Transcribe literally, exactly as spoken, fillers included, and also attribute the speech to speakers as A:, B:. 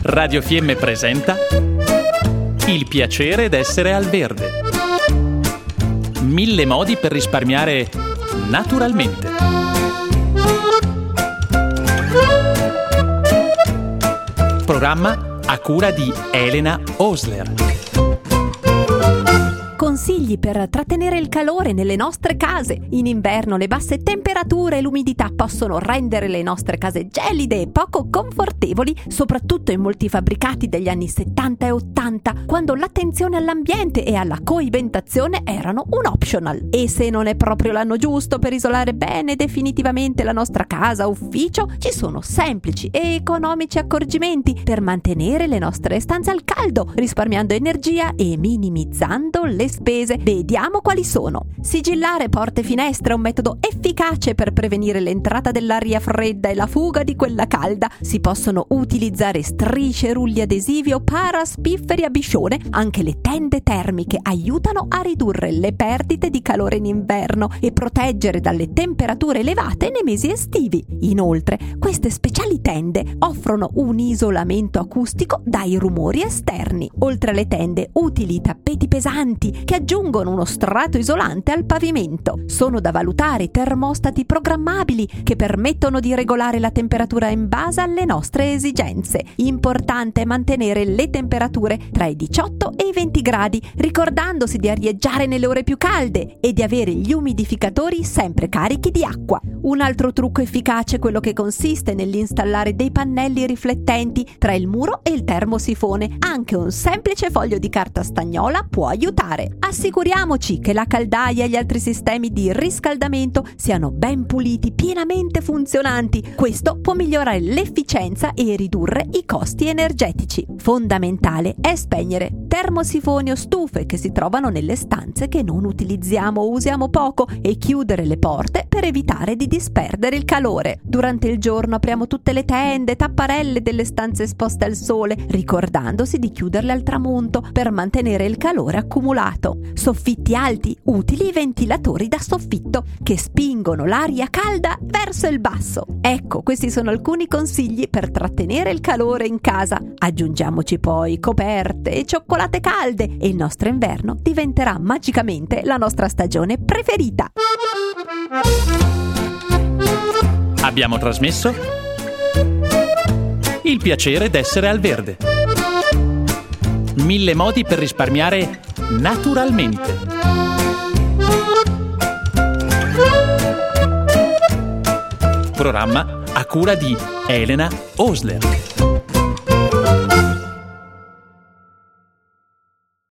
A: Radio Fiemme presenta Il piacere d'essere al verde. Mille modi per risparmiare naturalmente. Programma a cura di Elena Osler.
B: Consigli per trattenere il calore nelle nostre case. In inverno le basse temperature e l'umidità possono rendere le nostre case gelide e poco confortevoli, soprattutto in molti fabbricati degli anni settanta e ottanta, quando l'attenzione all'ambiente e alla coibentazione erano un optional. E se non è proprio l'anno giusto per isolare bene definitivamente la nostra casa o ufficio, ci sono semplici e economici accorgimenti per mantenere le nostre stanze al caldo, risparmiando energia e minimizzando le spese. Vediamo quali sono. Sigillare porte e finestre è un metodo efficace per prevenire l'entrata dell'aria fredda e la fuga di quella calda. Si possono utilizzare strisce, rulli adesivi o paraspifferi a biscione. Anche le tende termiche aiutano a ridurre le perdite di calore in inverno e proteggere dalle temperature elevate nei mesi estivi. Inoltre, queste speciali tende offrono un isolamento acustico dai rumori esterni. Oltre alle tende, utili tappeti pesanti che aggiungono uno strato isolante al pavimento. Sono da valutare i termostati programmabili che permettono di regolare la temperatura in base alle nostre esigenze. Importante è mantenere le temperature tra i diciotto e i venti gradi, ricordandosi di arieggiare nelle ore più calde e di avere gli umidificatori sempre carichi di acqua. Un altro trucco efficace è quello che consiste nell'installare dei pannelli riflettenti tra il muro e il termosifone. Anche un semplice foglio di carta stagnola può aiutare. Assicuriamoci che la caldaia e gli altri sistemi di riscaldamento siano ben puliti, pienamente funzionanti. Questo può migliorare l'efficienza e ridurre i costi energetici. Fondamentale è spegnere termosifoni o stufe che si trovano nelle stanze che non utilizziamo o usiamo poco e chiudere le porte per evitare di disperdere il calore. Durante il giorno apriamo tutte le tende, tapparelle delle stanze esposte al sole, ricordandosi di chiuderle al tramonto per mantenere il calore accumulato. Soffitti alti, utili i ventilatori da soffitto che spingono l'aria calda verso il basso. Ecco, questi sono alcuni consigli per trattenere il calore in casa. Aggiungiamoci poi coperte e cioccolate calde e il nostro inverno diventerà magicamente la nostra stagione preferita.
A: Abbiamo trasmesso Il piacere d'essere al verde. Mille modi per risparmiare naturalmente. Programma a cura di Elena Osler.